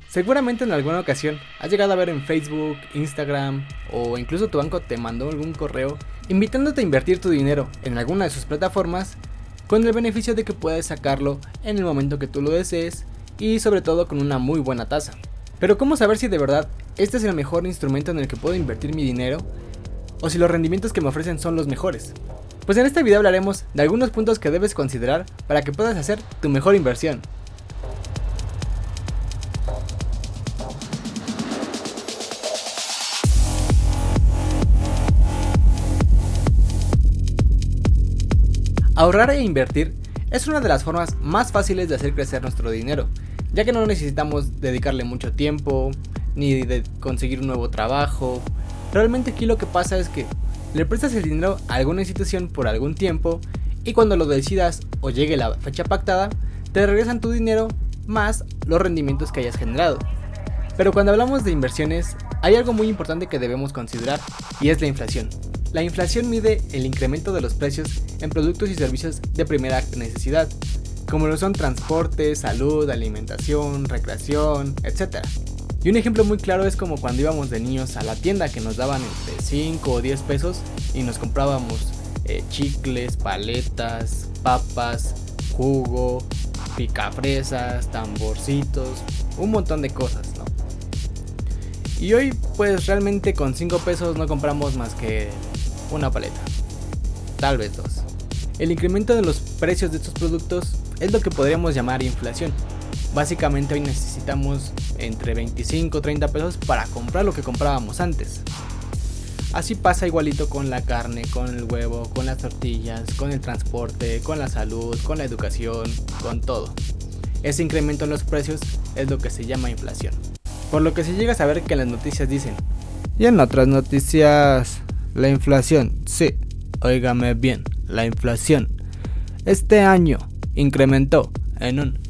Seguramente en alguna ocasión has llegado a ver en Facebook, Instagram o incluso tu banco te mandó algún correo invitándote a invertir tu dinero en alguna de sus plataformas con el beneficio de que puedes sacarlo en el momento que tú lo desees y sobre todo con una muy buena tasa. Pero ¿cómo saber si de verdad este es el mejor instrumento en el que puedo invertir mi dinero o si los rendimientos que me ofrecen son los mejores? Pues en este video hablaremos de algunos puntos que debes considerar para que puedas hacer tu mejor inversión. Ahorrar e invertir es una de las formas más fáciles de hacer crecer nuestro dinero, ya que no necesitamos dedicarle mucho tiempo, ni de conseguir un nuevo trabajo. Realmente aquí lo que pasa es que le prestas el dinero a alguna institución por algún tiempo y cuando lo decidas o llegue la fecha pactada, te regresan tu dinero más los rendimientos que hayas generado. Pero cuando hablamos de inversiones, hay algo muy importante que debemos considerar y es la inflación. La inflación mide el incremento de los precios en productos y servicios de primera necesidad, como lo son transporte, salud, alimentación, recreación, etc. Y un ejemplo muy claro es como cuando íbamos de niños a la tienda que nos daban entre 5 o 10 pesos y nos comprábamos chicles, paletas, papas, jugo, picafresas, tamborcitos, un montón de cosas, ¿no? Y hoy pues realmente con 5 pesos no compramos más que una paleta, tal vez dos. El incremento de los precios de estos productos es lo que podríamos llamar inflación. Básicamente hoy necesitamos entre 25 o 30 pesos para comprar lo que comprábamos antes. Así pasa igualito con la carne, con el huevo, con las tortillas, con el transporte, con la salud, con la educación, con todo. Ese incremento en los precios es lo que se llama inflación. Por lo que si llegas a ver que en las noticias dicen: y en otras noticias, la inflación, sí, óigame bien, la inflación este año incrementó en un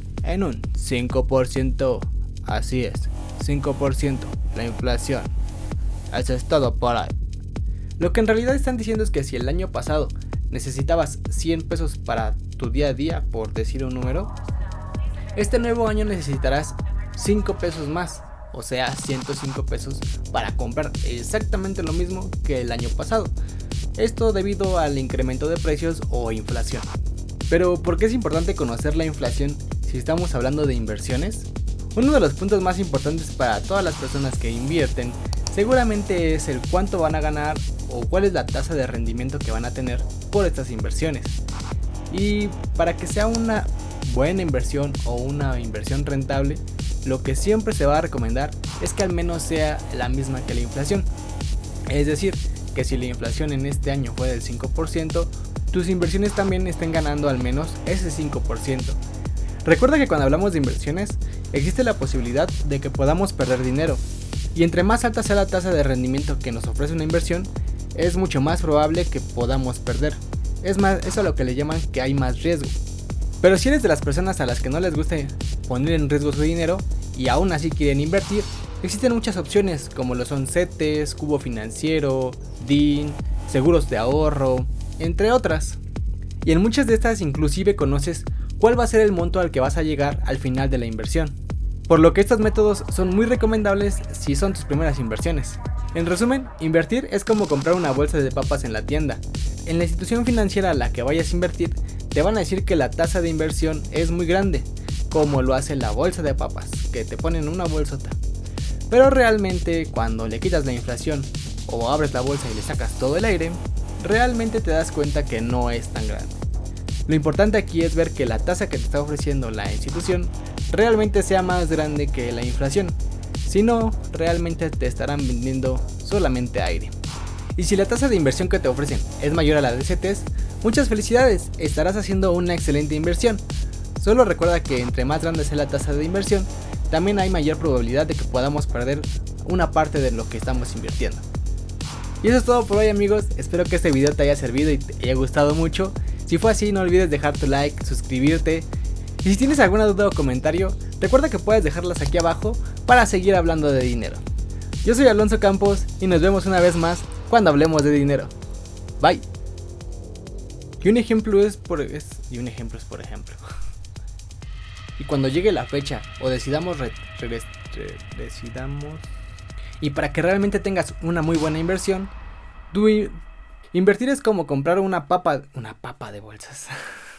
5%, así es, 5% la inflación, eso es todo por ahí. Lo que en realidad están diciendo es que si el año pasado necesitabas 100 pesos para tu día a día, por decir un número, este nuevo año necesitarás 5 pesos más. O sea, 105 pesos para comprar exactamente lo mismo que el año pasado. Esto debido al incremento de precios o inflación. Pero ¿por qué es importante conocer la inflación si estamos hablando de inversiones? Uno de los puntos más importantes para todas las personas que invierten seguramente es el cuánto van a ganar o cuál es la tasa de rendimiento que van a tener por estas inversiones. Y para que sea una buena inversión o una inversión rentable, lo que siempre se va a recomendar es que al menos sea la misma que la inflación. Es decir, que si la inflación en este año fue del 5%, tus inversiones también estén ganando al menos ese 5%. Recuerda que cuando hablamos de inversiones, existe la posibilidad de que podamos perder dinero. Y entre más alta sea la tasa de rendimiento que nos ofrece una inversión, es mucho más probable que podamos perder. Es más, eso es a lo que le llaman que hay más riesgo. Pero si eres de las personas a las que no les gusta poner en riesgo su dinero y aún así quieren invertir, existen muchas opciones como lo son CETES, Cubo Financiero, DIN, seguros de ahorro, entre otras. Y en muchas de estas inclusive conoces cuál va a ser el monto al que vas a llegar al final de la inversión. Por lo que estos métodos son muy recomendables si son tus primeras inversiones. En resumen, invertir es como comprar una bolsa de papas en la tienda. En la institución financiera a la que vayas a invertir, te van a decir que la tasa de inversión es muy grande, como lo hace la bolsa de papas, que te ponen una bolsota. Pero realmente cuando le quitas la inflación o abres la bolsa y le sacas todo el aire, realmente te das cuenta que no es tan grande. Lo importante aquí es ver que la tasa que te está ofreciendo la institución realmente sea más grande que la inflación. Si no, realmente te estarán vendiendo solamente aire. Y si la tasa de inversión que te ofrecen es mayor a la de CETES, muchas felicidades, estarás haciendo una excelente inversión. Solo recuerda que entre más grande sea la tasa de inversión, también hay mayor probabilidad de que podamos perder una parte de lo que estamos invirtiendo. Y eso es todo por hoy, amigos, espero que este video te haya servido y te haya gustado mucho. Si fue así, no olvides dejar tu like, suscribirte. Y si tienes alguna duda o comentario, recuerda que puedes dejarlas aquí abajo para seguir hablando de dinero. Yo soy Alonso Campos y nos vemos una vez más cuando hablemos de dinero. Bye. Y un ejemplo es por ejemplo. Y cuando llegue la fecha o decidamos regresar decidamos. Y para que realmente tengas una muy buena inversión, invertir es como comprar una papa de bolsas.